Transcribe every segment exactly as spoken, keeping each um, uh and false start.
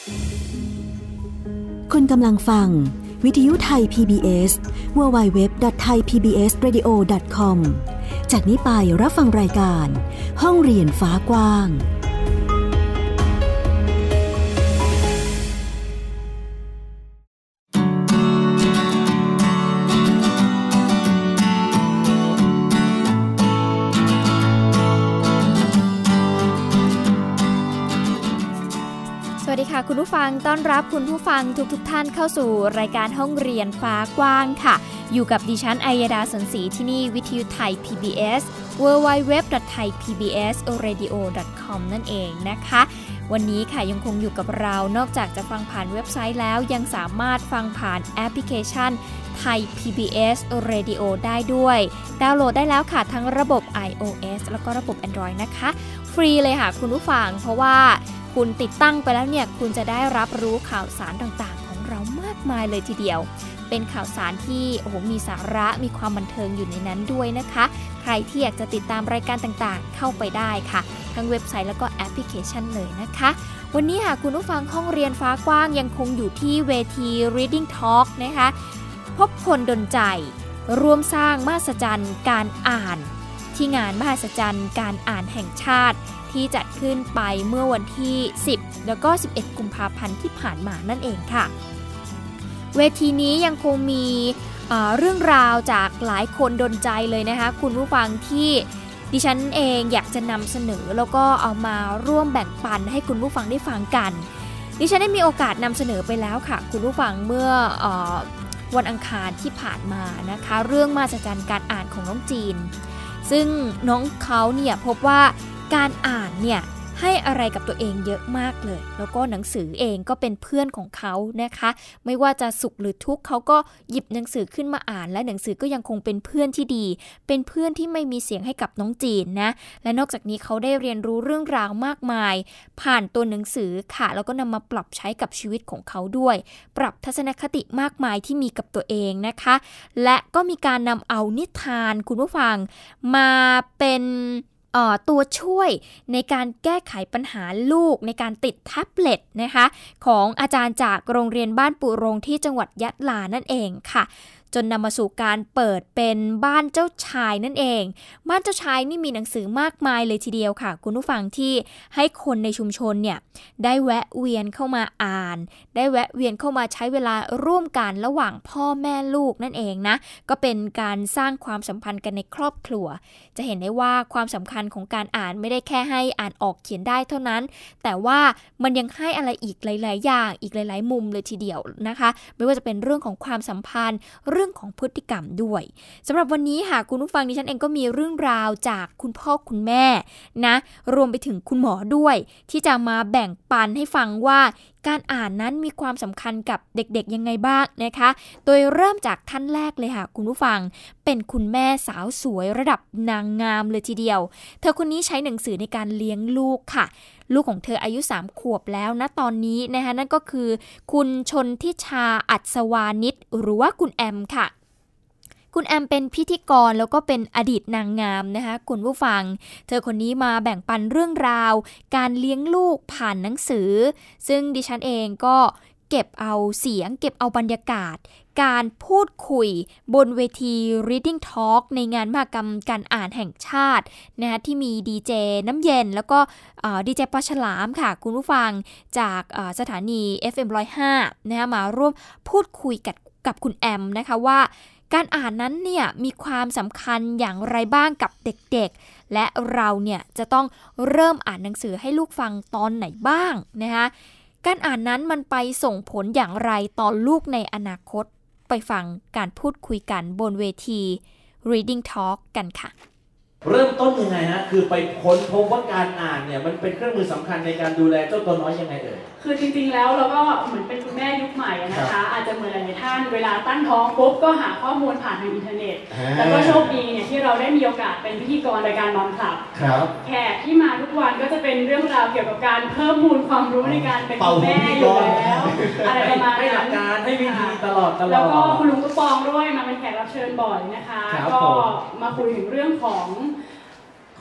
คุณกำลังฟังวิทยุไทย พี บี เอส ดับเบิลยู ดับเบิลยู ดับเบิลยู ดอท ไทย พี บี เอส เรดิโอ ดอท คอม จากนี้ไปรับฟังรายการห้องเรียนฟ้ากว้างสวัสดีค่ะคุณผู้ฟังต้อนรับคุณผู้ฟังทุกๆ ท, ท่านเข้าสู่รายการห้องเรียนฟ้ากว้างค่ะอยู่กับดิฉันอัยดาสนศรีที่นี่วิทยุไทย พี บี เอส ดับเบิลยู ดับเบิลยู ดับเบิลยู ดอท ไทย พี บี เอส เรดิโอ ดอท คอม นั่นเองนะคะวันนี้ค่ะยังคงอยู่กับเรานอกจากจะฟังผ่านเว็บไซต์แล้วยังสามารถฟังผ่านแอปพลิเคชันไทย พี บี เอส Radio ได้ด้วยดาวน์โหลดได้แล้วค่ะทั้งระบบ iOS แล้วก็ระบบ Android นะคะฟรีเลยค่ะคุณผู้ฟังเพราะว่าคุณติดตั้งไปแล้วเนี่ยคุณจะได้รับรู้ข่าวสารต่างๆของเรามากมายเลยทีเดียวเป็นข่าวสารที่โอ้โหมีสาระมีความบันเทิงอยู่ในนั้นด้วยนะคะใครที่อยากจะติดตามรายการต่างๆเข้าไปได้ค่ะทั้งเว็บไซต์แล้วก็แอปพลิเคชันเลยนะคะวันนี้ค่ะคุณผู้ฟังห้องเรียนฟ้ากว้างยังคงอยู่ที่เวที Reading Talk นะคะพบคนดลใจร่วมสร้างมหัศจรรย์การอ่านที่งานมหัศจรรย์การอ่านแห่งชาติที่จัดขึ้นไปเมื่อวันที่สิบแล้วก็สิบเอ็ดกุมภาพันธ์ที่ผ่านมานั่นเองค่ะเวทีนี้ยังคงมีเอ่อเรื่องราวจากหลายคนดลใจเลยนะคะคุณผู้ฟังที่ดิฉันเองอยากจะนำเสนอแล้วก็เอามาร่วมแบ่งปันให้คุณผู้ฟังได้ฟังกันดิฉันได้มีโอกาสนำเสนอไปแล้วค่ะคุณผู้ฟังเมื่อเอ่อวันอังคารที่ผ่านมานะคะเรื่องมหัศจรรย์การอ่านของน้องจีนซึ่งน้องเขาเนี่ยพบว่าการอ่านเนี่ยให้อะไรกับตัวเองเยอะมากเลยแล้วก็หนังสือเองก็เป็นเพื่อนของเขานะคะไม่ว่าจะสุขหรือทุกข์เขาก็หยิบหนังสือขึ้นมาอ่านและหนังสือก็ยังคงเป็นเพื่อนที่ดีเป็นเพื่อนที่ไม่มีเสียงให้กับน้องจีนนะและนอกจากนี้เขาได้เรียนรู้เรื่องราวมากมายผ่านตัวหนังสือค่ะแล้วก็นำมาปรับใช้กับชีวิตของเขาด้วยปรับทัศนคติมากมายที่มีกับตัวเองนะคะและก็มีการนำเอานิทานคุณผู้ฟังมาเป็นตัวช่วยในการแก้ไขปัญหาลูกในการติดแท็บเล็ตนะคะของอาจารย์จากโรงเรียนบ้านปู่โรงที่จังหวัดยะลานั่นเองค่ะจนนำมาสู่การเปิดเป็นบ้านเจ้าชายนั่นเองบ้านเจ้าชายนี่มีหนังสือมากมายเลยทีเดียวค่ะคุณผู้ฟังที่ให้คนในชุมชนเนี่ยได้แวะเวียนเข้ามาอ่านได้แวะเวียนเข้ามาใช้เวลาร่วมกันระหว่างพ่อแม่ลูกนั่นเองนะก็เป็นการสร้างความสัมพันธ์กันในครอบครัวจะเห็นได้ว่าความสำคัญของการอ่านไม่ได้แค่ให้อ่านออกเขียนได้เท่านั้นแต่ว่ามันยังให้อะไรอีกหลายๆอย่างอีกหลายๆมุมเลยทีเดียวนะคะไม่ว่าจะเป็นเรื่องของความสัมพันธ์เรื่องของพฤติกรรมด้วยสำหรับวันนี้ค่ะคุณผู้ฟังดิฉันเองก็มีเรื่องราวจากคุณพ่อคุณแม่นะรวมไปถึงคุณหมอด้วยที่จะมาแบ่งปันให้ฟังว่าการอ่านนั้นมีความสำคัญกับเด็กๆยังไงบ้างนะคะโดยเริ่มจากท่านแรกเลยค่ะคุณผู้ฟังเป็นคุณแม่สาวสวยระดับนางงามเลยทีเดียวเธอคนนี้ใช้หนังสือในการเลี้ยงลูกค่ะลูกของเธออายุสามขวบแล้วนะตอนนี้นะคะนั่นก็คือคุณชนทิชาอัศวานิชหรือว่าคุณแอมค่ะคุณแอมเป็นพิธีกรแล้วก็เป็นอดีตนางงามนะคะคุณผู้ฟังเธอคนนี้มาแบ่งปันเรื่องราวการเลี้ยงลูกผ่านหนังสือซึ่งดิฉันเองก็เก็บเอาเสียงเก็บเอาบรรยากาศการพูดคุยบนเวที Reading Talk ในงานมหกรรมการอ่านแห่งชาตินะคะที่มีดีเจน้ำเย็นแล้วก็ดีเจปลาฉลามค่ะคุณผู้ฟังจากสถานี เอฟ เอ็ม หนึ่งศูนย์ห้านะคะมาร่วมพูดคุยกับกับคุณแอมนะคะว่าการอ่านนั้นเนี่ยมีความสำคัญอย่างไรบ้างกับเด็กๆและเราเนี่ยจะต้องเริ่มอ่านหนังสือให้ลูกฟังตอนไหนบ้างนะคะการอ่านนั้นมันไปส่งผลอย่างไรต่อลูกในอนาคตไปฟังการพูดคุยกันบนเวที Reading Talk กันค่ะเริ่มต้นยังไงฮะคือไปค้นพบว่าการอ่านเนี่ยมันเป็นเครื่องมือสำคัญในการดูแลเจ้าตัวน้อยยังไงเอ่ยคือจริงๆแล้วเราก็เหมือนเป็นคุณแม่ยุคใหม่นะคะอาจจะเหมือนหลายท่านเวลาตั้งท้องปุ๊บก็หาข้อมูลผ่านทางอินเทอร์เน็ตแล้วก็โชคดีเนี่ยที่เราได้มีโอกาสเป็นพิธีกรรายการมอมคลับแขกที่มาทุกวันก็จะเป็นเรื่องราวเกี่ยวกับการเพิ่มมูลความรู้ในการเป็นคุณแม่อยู่แล้วอะไรประมาณนั้นให้หลักการให้วิธีตลอดตลอดแล้วก็คุณลุงตุ๊กปองด้วยมาเป็นแขกรับเชิญบ่อยนะคะก็มาคุยถึงเรื่องของ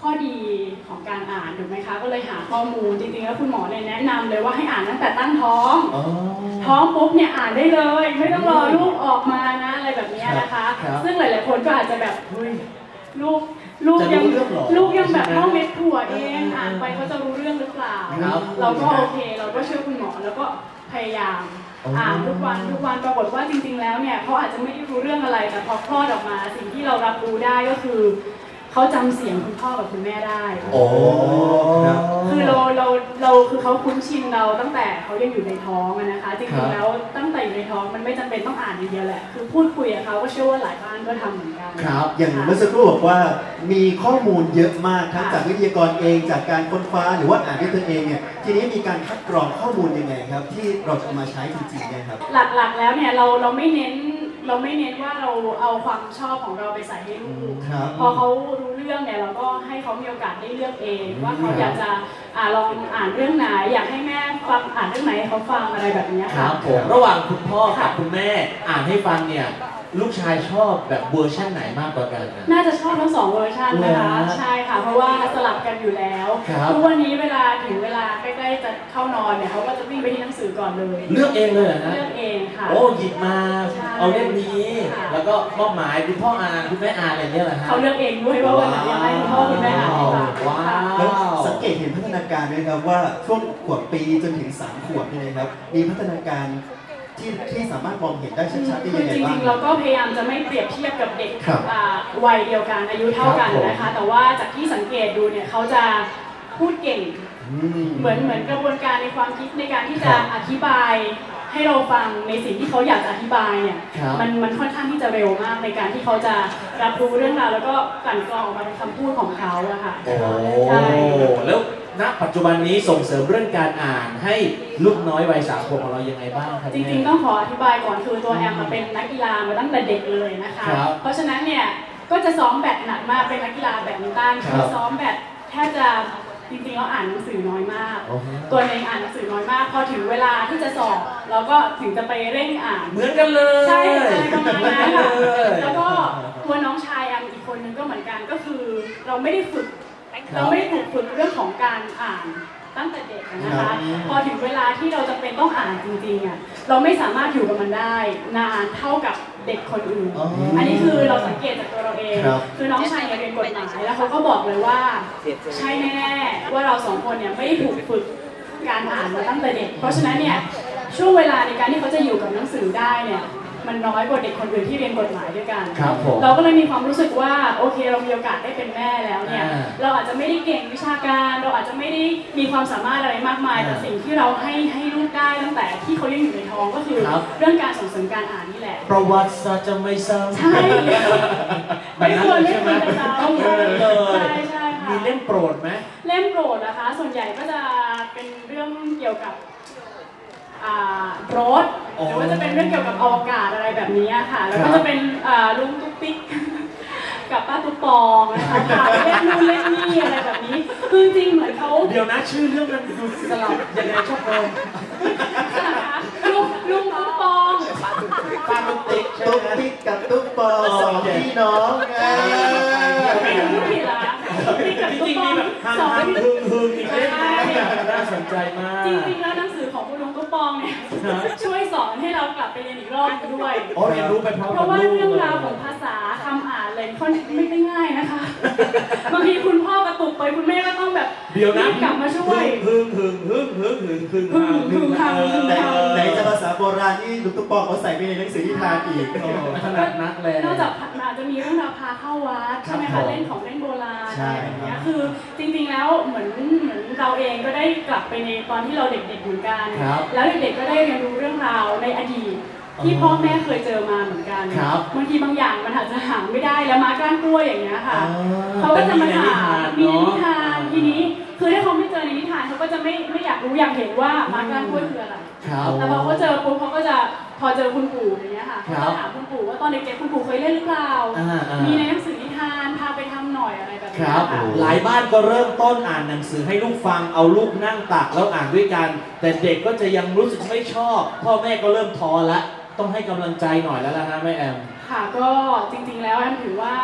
ข้อดีของการอ่านถูกไหมคะก็เลยหาข้อมูลจริงๆแล้วคุณหมอเนี่ยแนะนำเลยว่าให้อ่านตั้งแต่ตั้งท้องท้องปุ๊บเนี่ยอ่านได้เลยไม่ต้องรอลูกออกมานะอะไรแบบนี้นะคะซึ่งหลายๆคนก็อาจจะแบบเฮ้ยลูกลูกยังลูกยังแบบท่องเม็ดถั่วเองอ่านไปเขาจะรู้เรื่องหรือเปล่าเราก็โอเคเราก็เชื่อคุณหมอแล้วก็พยายามอ่านทุกวันทุกวันปรากฏว่าจริงๆแล้วเนี่ยเขาอาจจะไม่ได้รู้เรื่องอะไรแต่พอคลอดออกมาสิ่งที่เรารับรู้ได้ก็คือเขาจำเสียงคุณพ่อกับคุณแม่ได้โอ้คือเราเราเราคือเขาคุ้นชินเราตั้งแต่เขายังอยู่ในท้องนะคะจริงๆแล้วตั้งแต่อยู่ในท้องมันไม่จำเป็นต้องอ่านอย่างเดียวแหละคือพูดคุยกับเขาก็เชื่อว่าหลายบ้านก็ทำเหมือนกันครับอย่างเมื่อสักครู่บอกว่ามีข้อมูลเยอะมากทั้งจากวิทยากรเองจากการค้นคว้าหรือว่าอ่านด้วยตัวเองเนี่ยทีนี้มีการคัดกรองข้อมูลยังไงครับที่เราจะมาใช้จริงๆนะครับหลักๆแล้วเนี่ยเราเราไม่เน้นเราไม่เน้นว่าเราเอาความชอบของเราไปใส่ให้ลูกพอเขารู้เรื่องเนี่ยเราก็ให้เขามีโอกาสได้เลือกเองว่าเขาอยากจะอ่าลองอ่านเรื่องไหนอยากให้แม่ฟังอ่านเรื่องไหนให้เขาฟังอะไรแบบนี้ครับผมระหว่างคุณพ่อกับคุณแม่อ่านให้ฟังเนี่ยลูกชายชอบแบบเวอร์ชันไหนมากกว่ากันน่าจะชอบทั้งสองเวอร์ชันนะคะใช่ค่ะเพราะว่าสลับกันอยู่แล้วทุกวันนี้เวลาถึงเวลาใกล้ๆจะเข้านอนเนี่ยเขาก็จะวิ่งไปที่หนังสือก่อนเลยเลือกเองเลยนะเลือกเองค่ะโอ้หยิบมาเอาเล่มนี้แล้วก็มอบหมายคุณพ่ออ่านคุณแม่อ่านอะไรเนี่ยแหละฮะเขาเลือกเองด้วยว่าวันไหนอยากให้คุณพ่อคุณแม่อ่านว้าวสังเกตเห็นพัฒนาการไหมครับว่าช่วงขวบปีจนถึงสามขวบนี่นะครับมีพัฒนาการที่ที่สามารถมองเห็นได้ชัดๆได้ยังไงบ้างจริงๆเราก็พยายามจะไม่เปรียบเทียบกับเด็กวัยเดียวกันอายุเท่ากันนะคะแต่ว่าจากที่สังเกตดูเนี่ยเขาจะพูดเก่งเหมือนเหมือนกระบวนการในความคิดในการที่จะอธิบายให้เราฟังในสิ่งที่เขาอยากจะอธิบายเนี่ยมันมันค่อนข้างที่จะเร็วมากในการที่เขาจะรับรู้เรื่องราวแล้วก็กลั่นกรองออกมาเป็นคำพูดของเขาอะค่ะโอ้ใช่แล้วณปัจจุบันนี้ส่งเสริมเรื่องการอ่านให้ลูกน้อยวัยสามขวบของเรายังไงบ้างครับจริงๆต้องขออธิบายก่อนคือตัวแอมมาเป็นนักกีฬามาตั้งแต่เด็กเลยนะคะเพราะฉะนั้นเนี่ยก็จะซ้อมแบดหนักมากเป็นนักกีฬาแบดมินตันคือซ้อมแบดแทบจะจริงๆเราอ่านหนังสือน้อยมากตัวเองอ่านหนังสือน้อยมากพอถึงเวลาที่จะสอบเราก็ถึงจะไปเร่งอ่านเหมือนกันเลยใช่ใช่ประมาณนั้นค่ะแล้วก็ตัวน้องชายแอมอีกคนนึงก็เหมือนกันก็คือเราไม่ได้ฝึกเราไม่ได้ถูกฝึกเรื่องของการอ่านตั้งแต่เด็กนะคะพอถึงเวลาที่เราจะเป็นต้องอ่านจริงๆอ่ะเราไม่สามารถอยู่กับมันได้นานเท่ากับเด็กคนอื่นอันนี้คือเราสังเกตจากตัวเราเองคือน้องชายเนี่ยเรียนกฎหมายแล้วเขาก็บอกเลยว่าใช่แน่ๆว่าเราสองคนเนี่ยไม่ได้ถูกฝึกการอ่านมาตั้งแต่เด็กเพราะฉะนั้นเนี่ยช่วงเวลาในการที่เขาจะอยู่กับหนังสือได้เนี่ยมันน้อยกว่าเด็กคนอื่นที่เรียนกฎหมายด้วยกันเราก็เลยมีความรู้สึกว่าโอเคเรามีโอกาสได้เป็นแม่แล้วเนี่ยเราอาจจะไม่ได้เก่งวิชาการเราอาจจะไม่ได้มีความสามารถอะไรมากมายแต่สิ่งที่เราให้ให้ลูกได้ตั้งแต่ที่เขายังอยู่ในท้องก็คือเรื่องการส่งเสริมการอ่านนี่แหละประวัติศาสตร์จะไม่ซ้ำใช่ไม่ควรไม่ควรจะซ้ำเลยใช่ใช่ค่ะมีเล่มโปรดไหมเล่มโปรดนะคะส่วนใหญ่ก็จะเป็นเรื่องเกี่ยวกับรถหรือว่าจะเป็นเรื่องเกี่ยวกับอวกาศอะไรแบบนี้ค่ะแล้วก็จะเป็นลุงตุ๊กติ๊กกับป้าตุ๊กปองนะคะเล่นนู่นเล่นนี่อะไรแบบนี้คือจริงเหมือนเขาเดี๋ยวนะชื่อเรื่องมันดูสลับยังไงชอบเลยลุงลุงตุ๊กปองป้าตุ๊กติ๊กตุ๊กติ๊กกับตุ๊กปองสองพี่น้องไงไม่รู้ผิดละจริงๆมีแบบฮังฮังฮึงฮึงอีกเล่มนึงน่าสนใจมากจริงๆแล้วหนังสือของคุณลุงตุ๊กปองเนี่ยช่วยสอนให้เรากลับไปเรียนอีกรอบด้วยอ๋อเรียนรู้ไปพร้อมเพราะว่าเรื่องราวของภาษาคำอ่านเลยค่อนไม่ได้ง่ายนะคะบางทีคุณพ่อกระตุกไปคุณแม่ก็ต้องแบบเดี๋ยวนะกลับมาช่วยฮึงฮึงฮึงฮึงฮึงฮึงฮึงฮึงฮึงไหนจะภาษาโบราณที่ลุงตุ๊กปองเขาใส่ไปในหนังสือนิทานอีกขนาดนักเลยนอกจากอาจจะมีเรื่องราวพาเข้าวัดใช่ไหมคะเล่นของเล่นโบราณอะไรแบบนี้คือจริงๆแล้วเหมือนเหมือนเราเองก็ได้กลับไปในตอนที่เราเด็กๆเหมือนกันแล้วเด็กๆก็ได้เรียนรู้เรื่องราวในอดีตที่พ่อแม่เคยเจอมาเหมือนกันบางทีบางอย่างมันอาจจะหาไม่ได้แล้วม้ากล้านกล้วยอย่างเงี้ยค่ะเขาก็จะมาถามมีนิทานทีนี้คือถ้าเขาไม่เจอในนิทานเขาก็จะไม่ไม่อยากรู้อยากเห็นว่าม้ากล้านกล้วยคืออะไรแต่พอเขาเจอปุ๊บเขาก็จะพอเจอคุณปู่อย่างเงี้ยค่ะเขาจะถามคุณปู่ว่าตอนเด็กๆคุณปู่เคยเล่นหรือเปล่ามีในหนังสือนิทานพาไปทำหน่อยอะไรแบบนี้ค่ะหลายบ้านก็เริ่มต้นอ่านหนังสือให้ลูกฟังเอาลูกนั่งตักแล้วอ่านด้วยกันแต่เด็กก็จะยังรู้สึกไม่ชอบพ่อแม่ก็เริ่มท้อละต้องให้กำลังใจหน่อยแล้วล่ะฮะแม่แอมค่ะก็จริงๆแล้วแอมถือว่า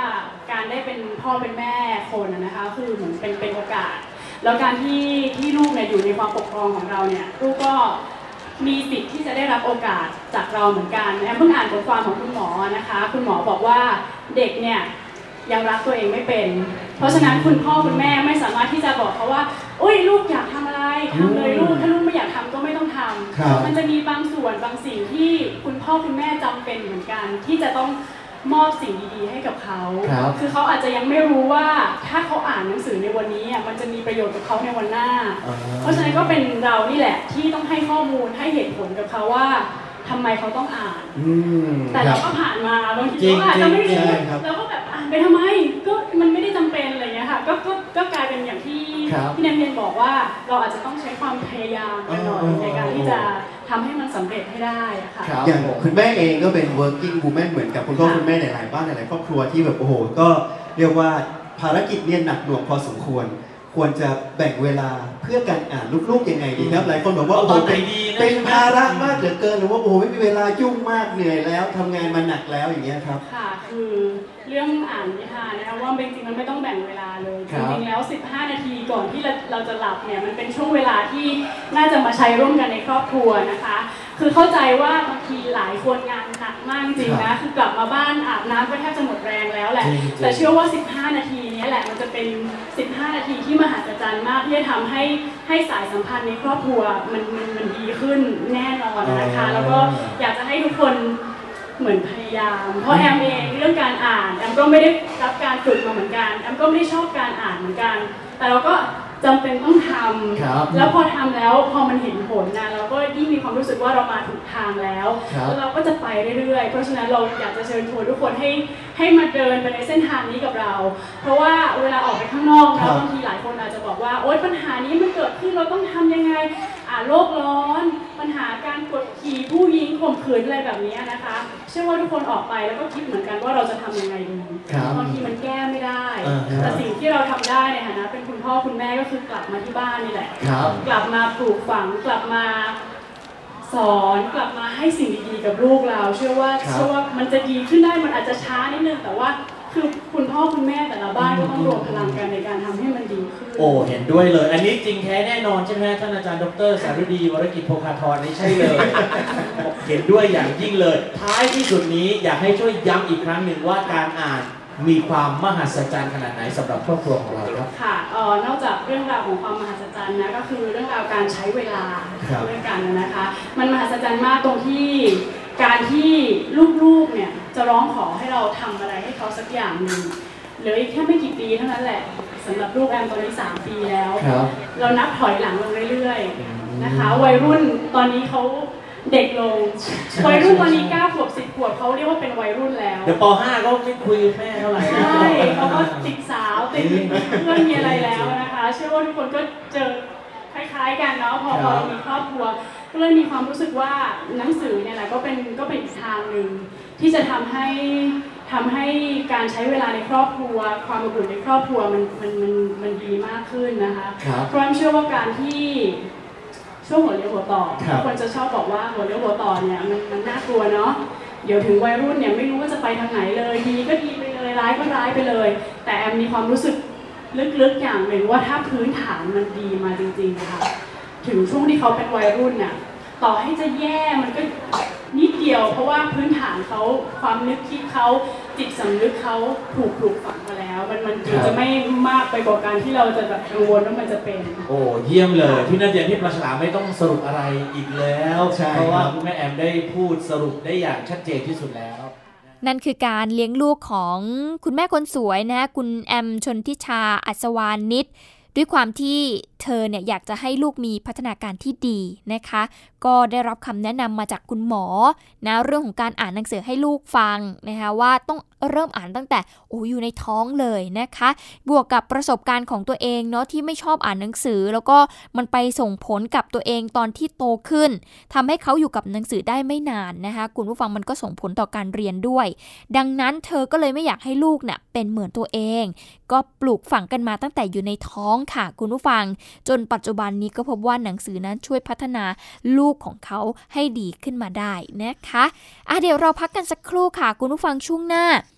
การได้เป็นพ่อเป็นแม่คนนะคะคือเหมือนเป็นเป็นโอกาสแล้วการที่ที่ลูกเนี่ยอยู่ในความปกครองของเราเนี่ยลูกก็มีสิทธิ์ที่จะได้รับโอกาสจากเราเหมือนกันแอมเพิ่งอ่านบทความของคุณหมอนะคะคุณหมอบอกว่าเด็กเนี่ยยังรักตัวเองไม่เป็นเพราะฉะนั้นคุณพ่อคุณแม่ไม่สามารถที่จะบอกเขาว่าโอ้ยลูกอยากทำอะไรทำเลยลูกถ้าลูกไม่อยากทำก็ไม่ต้องทำมันจะมีบางส่วนบางสิ่งที่คุณพ่อคุณแม่จำเป็นเหมือนกันที่จะต้องมอบสิ่งดีๆให้กับเขาคือเขาอาจจะยังไม่รู้ว่าถ้าเขาอ่านหนังสือในวันนี้มันจะมีประโยชน์กับเขาในวันหน้าเพราะฉะนั้นก็เป็นเรานี่แหละที่ต้องให้ข้อมูลให้เหตุผลกับเขาว่าทำไมเขาต้องอ่านแต่เราก็ผ่านมาบางทีเขาอาจจะไม่รู้แล้วก็แบบอ่านไปทำไมก็มันไม่ได้จำเป็นอะไรเงี้ยค่ะก็ก็ก็กลายเป็นอย่างที่ที่นันเรียนบอกว่าเราอาจจะต้องใช้ความพยายามกันหน่อยในการที่จะทำให้มันสำเร็จให้ได้ค่ะอย่างคุณแม่เองก็เป็น working woman เหมือนกับคุณพ่อคุณแม่หลายๆบ้านหลายๆครอบครัวที่แบบโอ้โหก็เรียกว่าภารกิจเนี่ยหนักหน่วงพอสมควรควรจะแบ่งเวลาเพื่อการอ่านลูกๆยังไงดีครับหลายคนบอกว่าโอ้โหเป็นภาระมากเหลือเกินหรือว่าโอ้โหไม่มีเวลายุ่งมากเหนื่อยแล้วทำงานมาหนักแล้วอย่างเงี้ยครับค่ะคือเรื่องอ่านนิทานนะคะว่าจริงๆมันไม่ต้องแบ่งเวลาเลยจริงๆแล้วสิบห้านาทีก่อนที่เราจะหลับเนี่ยมันเป็นช่วงเวลาที่น่าจะมาใช้ร่วมกันในครอบครัวนะคะคือเข้าใจว่าบางทีหลายคนงานหนักมากจริงนะคือกลับมาบ้านอาบน้ำก็แทบจะหมดแรงแล้วแหละแต่เชื่อว่าสิบห้านาทีนี้แหละมันจะเป็นสิบห้านาทีที่มหัศจรรย์มากที่จะทำให้ให้สายสัมพันธ์ในครอบครัวมันมันมันดีขึ้นแน่นอนนะคะแล้วก็อยากจะให้ทุกคนเหมือนพยายามเพราะแอมเองเรื่องการอ่านแอมก็ไม่ได้รับการฝึกมาเหมือนกันแอมก็ไม่ได้ชอบการอ่านเหมือนกันแต่เราก็จำเป็นต้องทำแล้วพอทำแล้วพอมันเห็นผลนะเราก็ยิ่งมีความรู้สึกว่าเรามาถูกทางแล้วแล้วเราก็จะไปเรื่อยๆเพราะฉะนั้นเราอยากจะเชิญชวนทุกคนให้ให้มาเดินไปในเส้นทางนี้กับเราเพราะว่าเวลาออกไปข้างนอกนะบางทีหลายคนอาจจะบอกว่าโอ๊ยปัญหานี้มันเกิดขึ้นเราต้องทำยังไงอ่าโลกร้อนปัญหาการกดขี่ผู้หญิงข่มขืนอะไรแบบนี้นะคะเชื่อว่าทุกคนออกไปแล้วก็คิดเหมือนกันว่าเราจะทำยังไงดีบางทีมันแก้ไม่ได้แต่สิ่งที่เราทำได้ในฐานะเป็นคุณพ่อคุณแม่ก็คือกลับมาที่บ้านนี่แหละกลับมาปลูกฝังกลับมาสอนกลับมาให้สิ่งดีๆกับลูกเราเชื่อว่าเชื่อว่ามันจะดีขึ้นได้มันอาจจะช้านิดนึงแต่ว่าคือคุณพ่อคุณแม่แต่ละบ้านก็ต้องรวมพลังกันในการทำให้มันดีขึ้นโอ้เห็นด้วยเลยอันนี้จริงแท้แน่นอนใช่ไหมท่านอาจารย์ดร.สารุดีวรกิจโภคาธรนี่ใช่เลย เห็นด้วยอย่างยิ่งเลยท้ายที่สุดนี้อยากให้ช่วยย้ำอีกครั้งหนึ่งว่าการอ่านมีความมหัศจรรย์ขนาดไหนสำหรับครอบครัวของเราครับค่ะเอ่อนอกจากเรื่องราวของความมหัศจรรย์นะก็คือเรื่องราวการใช้เวลาด้วยกันนะคะมันมหัศจรรย์มากตรงที่การที่ลูกๆเนี่ยจะร้องขอให้เราทำอะไรให้เขาสักอย่างหนึ่งเหลืออีกแค่ไม่กี่ปีเท่านั้นแหละสำหรับลูกแอมตอนนี้สามปีแล้วเรานับถอยหลังลงเรื่อยๆนะคะวัยรุ่นตอนนี้เขาเด็กลงวัยรุ่นตอนนี้เก้าขวบสิบขวบเขาเรียกว่าเป็นวัยรุ่นแล้วเดี๋ยวป.ห้าก็ไม่คุยกับแม่เท่าไหร่ใช่เขาก็ติดสาวติดเพื่อนมีอะไรแล้วนะคะเชื่อว่าทุกคนก็เจอคล้ายๆกันเนาะพอพอมีครอบครัวก็เลยมีความรู้สึกว่าหนังสือเนี่ยแหละก็เป็นก็เป็นทางหนึ่งที่จะทำให้ทำให้การใช้เวลาในครอบครัวความอบอุ่นในครอบครัวมันมันมันมันดีมากขึ้นนะคะเพราะฉะนั้นเชื่อว่าการที่ช่วงหัวเลี้ยวหัวต่อคนจะชอบบอกว่าหัวเลี้ยวหัวต่อเนี่ยมันมันน่ากลัวเนาะเดี๋ยวถึงวัยรุ่นเนี่ยไม่รู้ว่าจะไปทางไหนเลยดีก็ดีไปเลยร้ายก็ร้ายไปเลยแต่แอมมีความรู้สึกลึกๆอย่างหนึ่งว่าถ้าพื้นฐานมันดีมาจริงๆค่ะถึงช่วงที่เขาเป็นวัยรุ่นน่ะต่อให้จะแย่มันก็นิดเดียวเพราะว่าพื้นฐานเขาความนึกคิดเขาจิตสำนึกเขาถูกปลูกฝังมาแล้วมันมันจะไม่มากไปกว่าการที่เราจะแบบกังวลว่ามันจะเป็นโอ้เยี่ยมเลยพี่นัทเรียนพี่ประชาไม่ต้องสรุปอะไรอีกแล้วเพราะว่าคุณแม่แอมได้พูดสรุปได้อย่างชัดเจนที่สุดแล้วนั่นคือการเลี้ยงลูกของคุณแม่คนสวยนะคุณแอมชนทิชาอัศวานิชด้วยความที่เธอเนี่ยอยากจะให้ลูกมีพัฒนาการที่ดีนะคะก็ได้รับคำแนะนำมาจากคุณหมอนะเรื่องของการอ่านหนังสือให้ลูกฟังนะคะว่าต้องเริ่มอ่านตั้งแต่โอ้อยู่ในท้องเลยนะคะบวกกับประสบการณ์ของตัวเองเนาะที่ไม่ชอบอ่านหนังสือแล้วก็มันไปส่งผลกับตัวเองตอนที่โตขึ้นทำให้เขาอยู่กับหนังสือได้ไม่นานนะคะคุณผู้ฟังมันก็ส่งผลต่อการเรียนด้วยดังนั้นเธอก็เลยไม่อยากให้ลูกเนี่ยเป็นเหมือนตัวเองก็ปลูกฝังกันมาตั้งแต่อยู่ในท้องค่ะคุณผู้ฟังจนปัจจุบันนี้ก็พบว่าหนังสือนั้นช่วยพัฒนาลูกของเขาให้ดีขึ้นมาได้นะคะอ่ะเดี๋ยวเราพักกันสักครู่ค่ะคุณผู้ฟังช่วงหน้า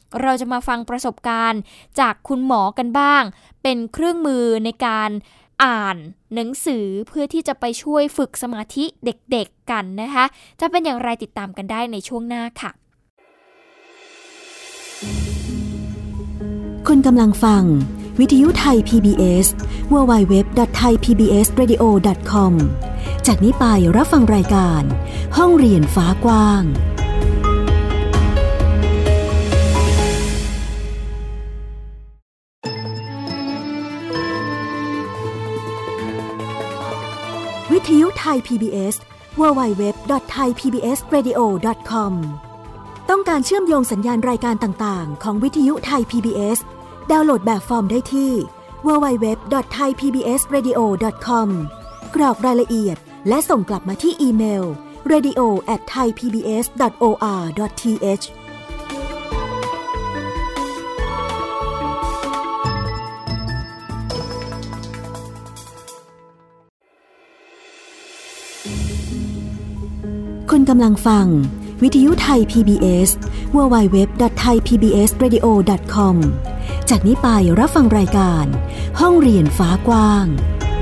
เราจะมาฟังประสบการณ์จากคุณหมอกันบ้างเป็นเครื่องมือในการอ่านหนังสือเพื่อที่จะไปช่วยฝึกสมาธิเด็กๆกันนะคะจะเป็นอย่างไรติดตามกันได้ในช่วงหน้าค่ะคุณกำลังฟังวิทยุไทย พี บี เอส ดับเบิลยู ดับเบิลยู ดับเบิลยู ดอท ไทย พี บี เอส เรดิโอ ดอท คอม จากนี้ไปรับฟังรายการห้องเรียนฟ้ากว้างวิทยุไทย พี บี เอส ดับเบิลยู ดับเบิลยู ดับเบิลยู ดอท ไทย พี บี เอส เรดิโอ ดอท คอม ต้องการเชื่อมโยงสัญญาณรายการต่างๆของวิทยุไทย พี บี เอส ดาวน์โหลดแบบฟอร์มได้ที่ ดับเบิลยู ดับเบิลยู ดับเบิลยู ดอท ไทย พี บี เอส เรดิโอ ดอท คอม กรอกรายละเอียดและส่งกลับมาที่อีเมล เรดิโอ แอท ไทย พี บี เอส ดอท โอ อาร์ ดอท ที เอชคุณกำลังฟังวิทยุไทย พี บี เอส ดับเบิลยู ดับเบิลยู ดับเบิลยู ดอท ไทย พี บี เอส เรดิโอ ดอท คอม จากนี้ไปรับฟังรายการห้องเรียนฟ้ากว้าง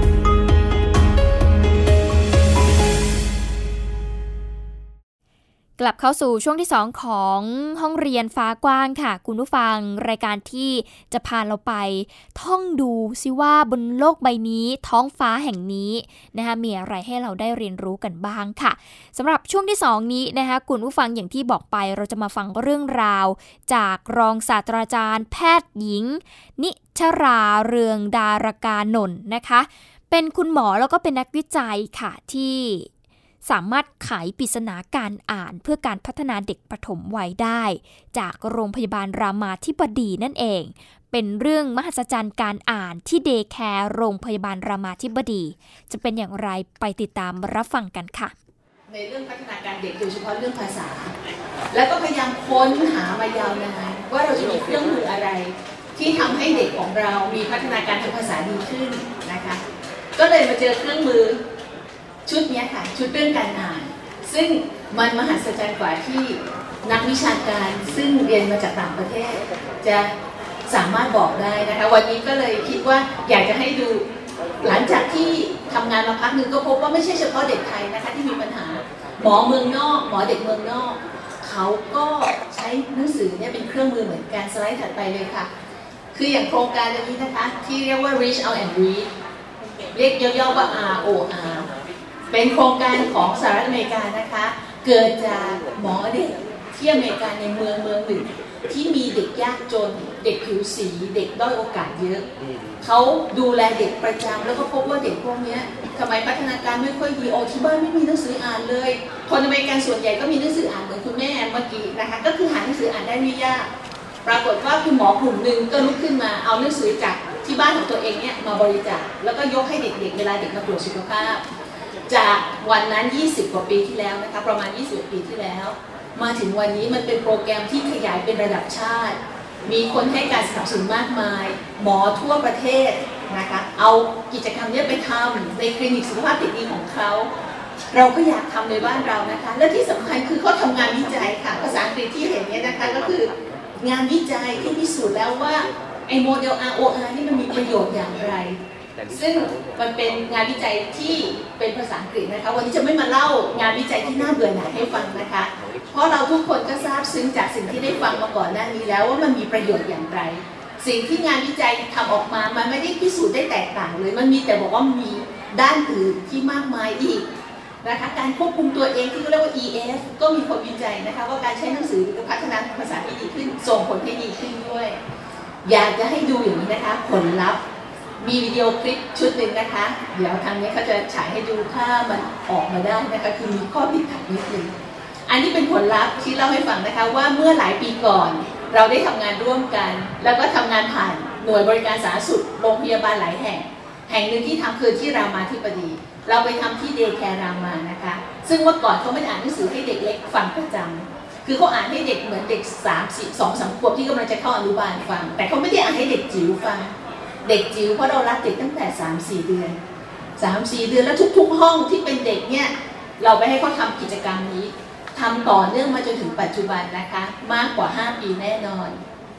กลับเข้าสู่ช่วงที่สองของห้องเรียนฟ้ากว้างค่ะคุณผู้ฟังรายการที่จะพาเราไปท่องดูซิว่าบนโลกใบนี้ท้องฟ้าแห่งนี้นะคะมีอะไรให้เราได้เรียนรู้กันบ้างค่ะสำหรับช่วงที่สองนี้นะคะคุณผู้ฟังอย่างที่บอกไปเราจะมาฟังเรื่องราวจากรองศาสตราจารย์แพทย์หญิงนิชราเรืองดารการนนท์นะคะเป็นคุณหมอแล้วก็เป็นนักวิจัยค่ะที่สามารถไขปริศนาการอ่านเพื่อการพัฒนาเด็กปฐมวัยได้จากโรงพยาบาลรามาธิบดีนั่นเองเป็นเรื่องมหัศจรรย์การอ่านที่เดย์แคร์โรงพยาบาลรามาธิบดีจะเป็นอย่างไรไปติดตามรับฟังกันค่ะในเรื่องพัฒนาการเด็กโดยเฉพาะเรื่องภาษาแล้วก็พยายามค้นหามายาวนานว่าเราจะมีเครื่องมืออะไรที่ทำให้เด็กของเรามีพัฒนาการทางภาษาดีขึ้นนะคะก็เลยมาเจอเครื่องมือชุดนี้ค่ะชุดเรื่องการอ่านซึ่งมันมหัศจรรย์กว่าที่นักวิชาการซึ่งเรียนมาจากต่างประเทศจะสามารถบอกได้นะคะวันนี้ก็เลยคิดว่าอยากจะให้ดูหลังจากที่ทำงานมาพักหนึ่งก็พบว่าไม่ใช่เฉพาะเด็กไทยนะคะที่มีปัญหาหมอเมืองนอกหมอเด็กเมืองนอกเขาก็ใช้หนังสือเนี่ยเป็นเครื่องมือเหมือนกันสไลด์ถัดไปเลยค่ะคืออย่างโครงการนี้นะคะที่เรียกว่า Reach Out and Read เรียกย่อๆว่า อาร์ โอ อาร์เป็นโครงการของสหรัฐอเมริกานะคะเกิดจากหมอเด็กที่อเมริกาในเมืองเมืองหนึ่งที่มีเด็กยากจนเด็กผิวสีเด็กด้อยโอกาสเยอะเขาดูแลเด็กประจำแล้วก็พบว่าเด็กพวกนี้ทำไมพัฒนาการไม่ค่อยดีโอที่บ้านไม่มีหนังสืออ่านเลยคนอเมริกันส่วนใหญ่ก็มีหนังสืออ่านเหมือนคุณแม่เมื่อกี้นะคะก็คือหาหนังสืออ่านได้ไม่ยากปรากฏว่าคุณหมอกลุ่มหนึ่งก็ลุกขึ้นมาเอาหนังสือจากที่บ้านของตัวเองเนี่ยมาบริจาคแล้วก็ยกให้เด็กๆเวลาเด็กมาตรวจสุขภาพจากวันนั้นยี่สิบกว่าปีที่แล้วนะคะประมาณยี่สิบปีที่แล้วมาถึงวันนี้มันเป็นโปรแกรมที่ขยายเป็นระดับชาติมีคนให้การสนับสนุนมากมายหมอทั่วประเทศนะคะเอากิจกรรมนี้ไปทำในคลินิกสุขภาพเด็กดีของเขาเราก็อยากทำในบ้านเรานะคะและที่สำคัญคือเขาทำงานวิจัยค่ะภาษาอังกฤษที่เห็นนี้นะคะก็คืองานวิจัยที่พิสูจน์แล้วว่าไอ้โมเดล อาร์ โอ อาร์ นี่มันมีประโยชน์อย่างไรซึ่งมันเป็นงานวิจัยที่เป็นภาษาอังกฤษนะคะวันนี้จะไม่มาเล่างานวิจัยที่น่าเบื่อหน่ายให้ฟังนะคะเพราะเราทุกคนก็ทราบซึ้งจากสิ่งที่ได้ฟังมาก่อนหน้านี้แล้วว่ามันมีประโยชน์อย่างไรสิ่งที่งานวิจัยทำออกมามันไม่ได้พิสูจน์ได้แตกต่างเลยมันมีแต่บอกว่ามีด้านอื่นที่มากมายอีกนะคะการควบคุมตัวเองที่เรียกว่า อี เอฟ ก็มีคนวิจัยนะคะว่าการใช้หนังสือพัฒนาภาษาที่ดีขึ้นส่งผลให้ดีขึ้นด้วยอยากจะให้ดูอย่างนี้นะคะผลลัพธ์มีวิดีโอคลิปชุดหนึ่งนะคะเดี๋ยวทางนี้เขาจะฉายให้ดูถ้ามันออกมาได้นะคะคือมีข้อผิดพลาดนิดนึงอันนี้เป็นผลลัพธ์ที่เล่าให้ฟังนะคะว่าเมื่อหลายปีก่อนเราได้ทำงานร่วมกันแล้วก็ทำงานผ่านหน่วยบริการสาธารณสุขโรงพยาบาลหลายแห่งแห่งหนึ่งที่ทำคือที่รามาธิบดีเราไปทำที่เดย์แคร์รามานะคะซึ่งเมื่อก่อนเขาไม่ได้อ่านหนังสือให้เด็กเล็กฟังประจำคือเขาอ่านให้เด็กเหมือนเด็กสามสี่สองสามขวบที่กำลังจะเข้าอนุบาลฟังแต่เขาไม่ได้อ่านให้เด็กจิ๋วฟังเด็กจิ๋วเพราะเรารับเด็กตั้งแต่ สามสี่ เดือน สามสี่ เดือนแล้วทุกๆห้องที่เป็นเด็กเนี่ยเราไปให้เขาทำกิจกรรมนี้ทำต่อเนื่องมาจนถึงปัจจุบันนะคะมากกว่าห้าปีแน่นอน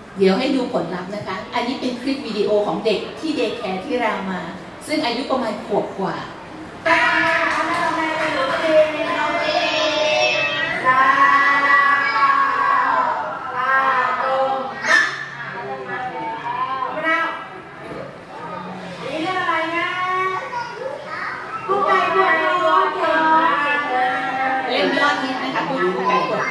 เดี๋ยวให้ดูผลลัพธ์นะคะอันนี้เป็นคลิปวิดีโอของเด็กที่เดย์แคร์ที่รามาซึ่งอายุประมาณขวบกว่าเล่นยอดฮิตนะคะคุณผู้ไก่กด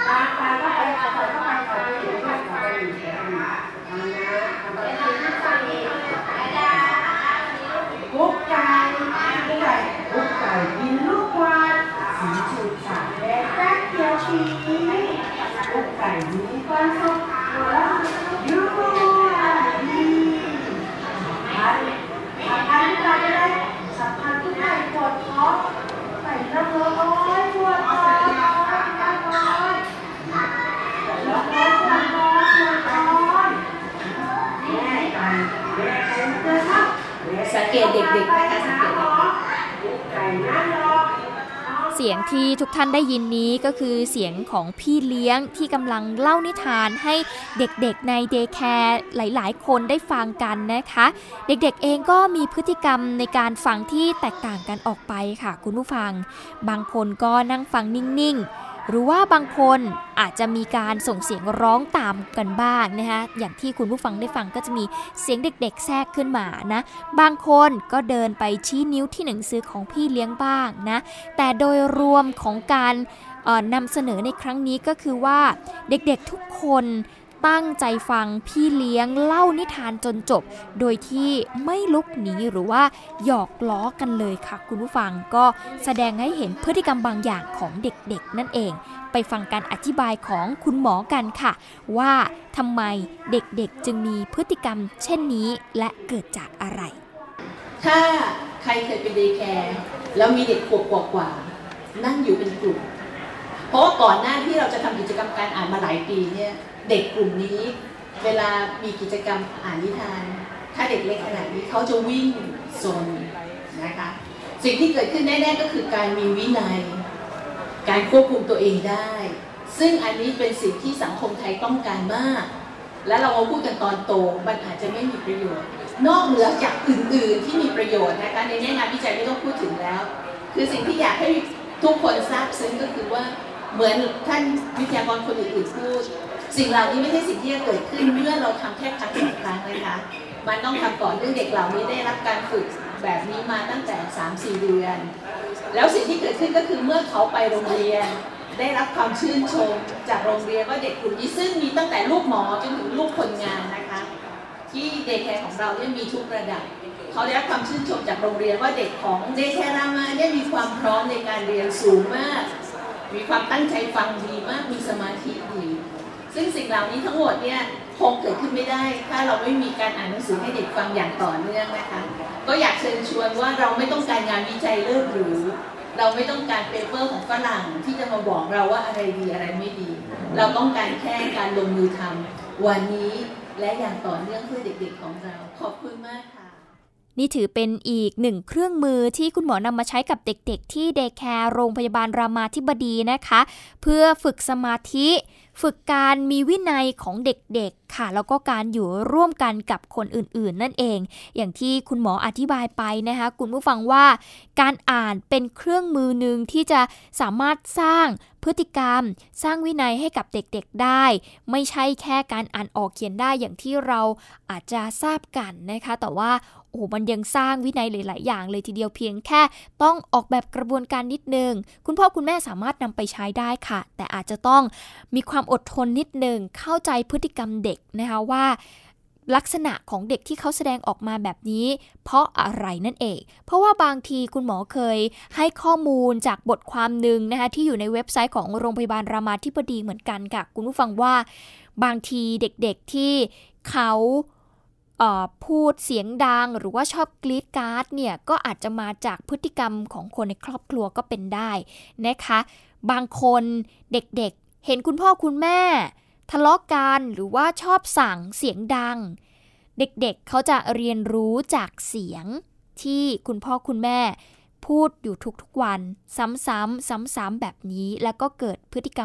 กุ๊กไก่กุ๊กไก่กุ๊กไก่กินลูกกวาดสีชูสาแดงแป๊กเขียวชีกุ๊กไก่มีความสุขยูดีพันพันทุกไก่ได้สัมพันธ์ทุกไก่ปวดท้องไก่ระเบิดโอ้ยปวดท้องปวดท้องปวดท้องปวดท้องปวดท้องแม่ไก่แม่ไก่เจอครับสังเกตเด็กๆนะคะสังเกตไก่นั่งรอเสียงที่ทุกท่านได้ยินนี้ก็คือเสียงของพี่เลี้ยงที่กำลังเล่านิทานให้เด็กๆในเดย์แคร์หลายๆคนได้ฟังกันนะคะเด็กๆเองก็มีพฤติกรรมในการฟังที่แตกต่างกันออกไปค่ะคุณผู้ฟังบางคนก็นั่งฟังนิ่งๆหรือว่าบางคนอาจจะมีการส่งเสียงร้องตามกันบ้างนะคะอย่างที่คุณผู้ฟังได้ฟังก็จะมีเสียงเด็กๆแทรกขึ้นมานะบางคนก็เดินไปชี้นิ้วที่หนังสือของพี่เลี้ยงบ้างนะแต่โดยรวมของการนำเสนอในครั้งนี้ก็คือว่าเด็กๆทุกคนตั้งใจฟังพี่เลี้ยงเล่านิทานจนจบโดยที่ไม่ลุกหนีหรือว่าหยอกล้อกันเลยค่ะคุณผู้ฟังก็แสดงให้เห็นพฤติกรรมบางอย่างของเด็กๆนั่นเองไปฟังการอธิบายของคุณหมอกันค่ะว่าทำไมเด็กๆจึงมีพฤติกรรมเช่นนี้และเกิดจากอะไรถ้าใครเคยเป็นเดย์แคร์แล้วมีเด็กขวบกว่าๆนั่งอยู่เป็นกลุ่มเพราะว่าก่อนหน้าที่เราจะทำกิจกรรมการอ่านมาหลายปีเนี่ยเด็กกลุ่มนี้เวลามีกิจกรรมอ่านนิทานถ้าเด็กเล็กขนาดนี้เขาจะวิ่งโซนนะคะสิ่งที่เกิดขึ้นแน่ๆก็คือการมีวินัยการควบคุมตัวเองได้ซึ่งอันนี้เป็นสิ่งที่สังคมไทยต้องการมากและเรามาพูดกันตอนโตมันอาจจะไม่มีประโยชน์นอกเหนือจากอื่นๆที่มีประโยชน์นะคะในแง่งานวิจัยไม่ต้องพูดถึงแล้วคือสิ่งที่อยากให้ทุกคนทราบซึ้งก็คือว่าเหมือนท่านวิทยากรคนอื่นๆพูดสิ่งเหล่านี้ไม่ใช่สิ่งที่จะเกิดขึ้นเมื่อเราทำแค่ครั้งสองครั้งนะคะมันต้องทำก่อนเรื่องเด็กเหล่านี้ได้รับการฝึกแบบนี้มาตั้งแต่ สามถึงสี่ เดือนแล้วสิ่งที่เกิดขึ้นก็คือเมื่อเขาไปโรงเรียนได้รับความชื่นชมจากโรงเรียนว่าเด็กกลุ่มนี้ซึ่งมีตั้งแต่ลูกหมอจนถึงลูกคนงานนะคะที่เดย์แคร์ของเราเนี่ยมีทุกระดับเขาได้รับความชื่นชมจากโรงเรียนว่าเด็กของเดย์แคร์รามาเนี่ยมีความพร้อมในการเรียนสูงมากมีความตั้งใจฟังดีมากมีสมาธิดีซึ่งสิ่งเหล่านี้ทั้งหมดเนี่ยคงเกิดขึ้นไม่ได้ถ้าเราไม่มีการอ่านหนังสือให้เด็กฟังอย่างต่อเนื่องนะคะก็อยากเชิญชวนว่าเราไม่ต้องการงานวิจัยเลิศหรูเราไม่ต้องการเปเปอร์ของฝรั่งที่จะมาบอกเราว่าอะไรดีอะไรไม่ดีเราต้องการแค่การลงมือทำวันนี้และอย่างต่อเนื่องเพื่อเด็กๆของเราขอบคุณมากค่ะนี่ถือเป็นอีกหนึ่งเครื่องมือที่คุณหมอนำมาใช้กับเด็กๆที่เดย์แคร์โรงพยาบาลรามาธิบดีนะคะเพื่อฝึกสมาธิฝึกการมีวินัยของเด็กๆค่ะแล้วก็การอยู่ร่วมกันกับคนอื่นๆนั่นเองอย่างที่คุณหมออธิบายไปนะคะคุณผู้ฟังว่าการอ่านเป็นเครื่องมือหนึ่งที่จะสามารถสร้างพฤติกรรมสร้างวินัยให้กับเด็กๆได้ไม่ใช่แค่การอ่านออกเขียนได้อย่างที่เราอาจจะทราบกันนะคะแต่ว่าโอ้มันยังสร้างวินัยหลายๆอย่างเลยทีเดียวเพียงแค่ต้องออกแบบกระบวนการนิดนึงคุณพ่อคุณแม่สามารถนำไปใช้ได้ค่ะแต่อาจจะต้องมีความอดทนนิดนึงเข้าใจพฤติกรรมเด็กนะคะว่าลักษณะของเด็กที่เขาแสดงออกมาแบบนี้เพราะอะไรนั่นเองเพราะว่าบางทีคุณหมอเคยให้ข้อมูลจากบทความนึงนะคะที่อยู่ในเว็บไซต์ของโรงพยาบาลรามาธิบดีเหมือนกันค่ะคุณผู้ฟังว่าบางทีเด็กๆที่เขาพูดเสียงดังหรือว่าชอบกรี๊ดกราดเนี่ยก็อาจจะมาจากพฤติกรรมของคนในครอบครัวก็เป็นได้นะคะบางคนเด็กๆเห็นคุณพ่อคุณแม่ทะเลาะกันหรือว่าชอบสั่งเสียงดังเด็กๆ เ, เขาจะเรียนรู้จากเสียงที่คุณพ่อคุณแม่พูดอยู่ทุกๆวันซ้ำๆซ้ำๆแบบนี้แล้วก็เกิดพฤติกรรม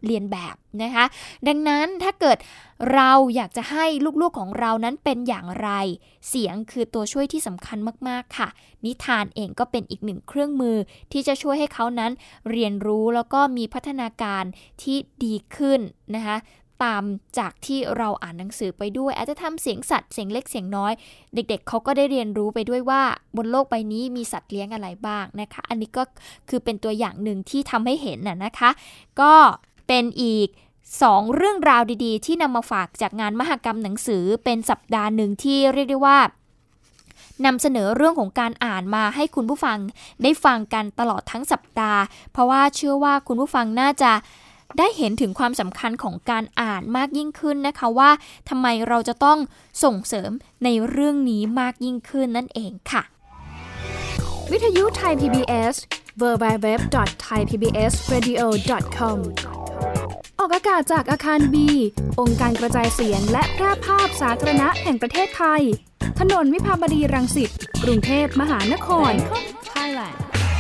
เรียนแบบนะคะดังนั้นถ้าเกิดเราอยากจะให้ลูกๆของเรานั้นเป็นอย่างไรเสียงคือตัวช่วยที่สำคัญมากๆค่ะนิทานเองก็เป็นอีกหนึ่งเครื่องมือที่จะช่วยให้เขานั้นเรียนรู้แล้วก็มีพัฒนาการที่ดีขึ้นนะคะตามจากที่เราอ่านหนังสือไปด้วยอาจจะทำเสียงสัตว์เสียงเล็กเสียงน้อยเด็กๆเขาก็ได้เรียนรู้ไปด้วยว่าบนโลกใบนี้มีสัตว์เลี้ยงอะไรบ้างนะคะอันนี้ก็คือเป็นตัวอย่างหนึ่งที่ทำให้เห็นน่ะนะคะก็เป็นอีกสองเรื่องราวดีๆที่นำมาฝากจากงานมหกรรมหนังสือเป็นสัปดาห์หนึ่งที่เรียกได้ว่านำเสนอเรื่องของการอ่านมาให้คุณผู้ฟังได้ฟังกันตลอดทั้งสัปดาห์เพราะว่าเชื่อว่าคุณผู้ฟังน่าจะได้เห็นถึงความสำคัญของการอ่านมากยิ่งขึ้นนะคะว่าทำไมเราจะต้องส่งเสริมในเรื่องนี้มากยิ่งขึ้นนั่นเองค่ะวิทยุไทย พี บี เอส ดับเบิลยู ดับเบิลยู ดับเบิลยู ดอท ไทย พี บี เอส เรดิโอ ดอท คอม ออกอากาศจากอาคาร B องค์การกระจายเสียงและแพร่ภาพสาธารณะแห่งประเทศไทยถนนวิภาวดีรังสิตกรุงเทพมหานคร Thailand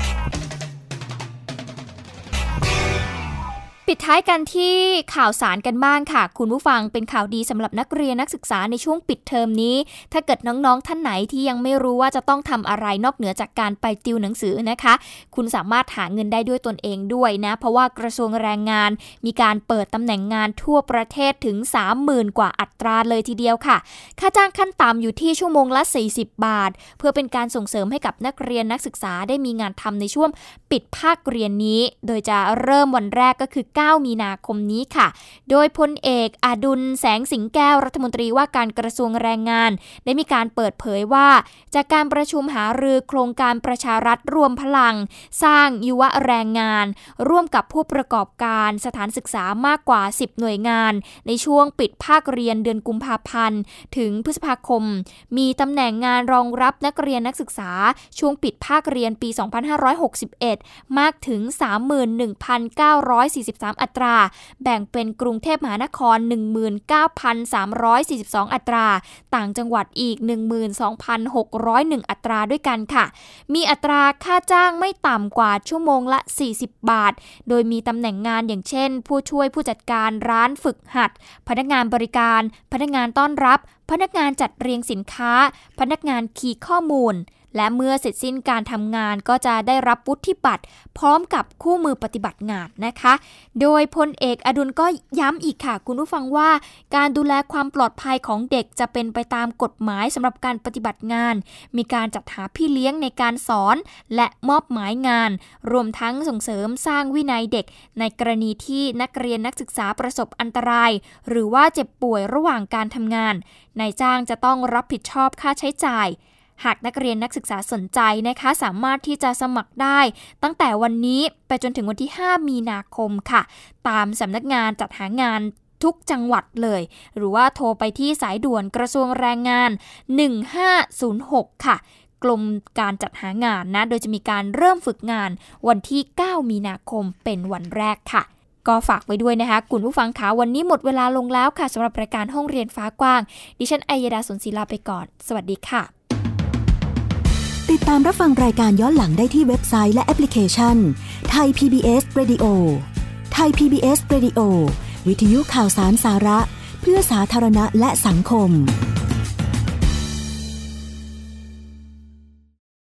ปิดท้ายกันที่ข่าวสารกันบ้างค่ะคุณผู้ฟังเป็นข่าวดีสำหรับนักเรียนนักศึกษาในช่วงปิดเทอมนี้ถ้าเกิดน้องๆท่านไหนที่ยังไม่รู้ว่าจะต้องทำอะไรนอกเหนือจากการไปติวหนังสือนะคะคุณสามารถหาเงินได้ด้วยตนเองด้วยนะเพราะว่ากระทรวงแรงงานมีการเปิดตำแหน่งงานทั่วประเทศถึง สามหมื่น กว่าอัตราเลยทีเดียวค่ะค่าจ้างขั้นต่ำอยู่ที่ชั่วโมงละสี่สิบบาทเพื่อเป็นการส่งเสริมให้กับนักเรียนนักศึกษาได้มีงานทำในช่วงปิดภาคเรียนนี้โดยจะเริ่มวันแรกก็คือเก้ามีนาคมนี้ค่ะโดยพลเอกอดุลแสงสิงแก้วรัฐมนตรีว่าการกระทรวงแรงงานได้มีการเปิดเผยว่าจากการประชุมหารือโครงการประชารัฐรวมพลังสร้างยุวแรงงานร่วมกับผู้ประกอบการสถานศึกษามากกว่าสิบหน่วยงานในช่วงปิดภาคเรียนเดือนกุมภาพันธ์ถึงพฤษภาคมมีตำแหน่งงานรองรับนักเรียนนักศึกษาช่วงปิดภาคเรียนปีสองพันห้าร้อยหกสิบเอ็ดมากถึง สามหมื่นหนึ่งพันเก้าร้อยสี่สิบสาม อัตราแบ่งเป็นกรุงเทพมหานคร หนึ่งหมื่นเก้าพันสามร้อยสี่สิบสอง อัตราต่างจังหวัดอีก หนึ่งหมื่นสองพันหกร้อยเอ็ด อัตราด้วยกันค่ะมีอัตราค่าจ้างไม่ต่ำกว่าชั่วโมงละสี่สิบบาทโดยมีตำแหน่งงานอย่างเช่นผู้ช่วยผู้จัดการร้านฝึกหัดพนักงานบริการพนักงานต้อนรับพนักงานจัดเรียงสินค้าพนักงานคีย์ข้อมูลและเมื่อเสร็จสิ้นการทำงานก็จะได้รับวุฒิบัตรพร้อมกับคู่มือปฏิบัติงานนะคะโดยพลเอกอดุลก็ย้ำอีกค่ะคุณผู้ฟังว่าการดูแลความปลอดภัยของเด็กจะเป็นไปตามกฎหมายสำหรับการปฏิบัติงานมีการจัดหาพี่เลี้ยงในการสอนและมอบหมายงานรวมทั้งส่งเสริมสร้างวินัยเด็กในกรณีที่นักเรียนนักศึกษาประสบอันตรายหรือว่าเจ็บป่วยระหว่างการทำงานนายจ้างจะต้องรับผิดชอบค่าใช้จ่ายหากนักเรียนนักศึกษาสนใจนะคะสามารถที่จะสมัครได้ตั้งแต่วันนี้ไปจนถึงวันที่ห้ามีนาคมค่ะตามสำนักงานจัดหางานทุกจังหวัดเลยหรือว่าโทรไปที่สายด่วนกระทรวงแรงงานหนึ่งห้าศูนย์หกค่ะกรมการจัดหางานนะโดยจะมีการเริ่มฝึกงานวันที่เก้ามีนาคมเป็นวันแรกค่ะก็ฝากไว้ด้วยนะคะคุณผู้ฟังคะวันนี้หมดเวลาลงแล้วค่ะสำหรับรายการห้องเรียนฟ้ากว้างดิฉันอัยดาสนศิลาไปก่อนสวัสดีค่ะติดตามรับฟังรายการย้อนหลังได้ที่เว็บไซต์และแอปพลิเคชัน Thai พี บี เอส Radio Thai พี บี เอส Radio วิทยุข่าวสารสาระเพื่อสาธารณะและสังคม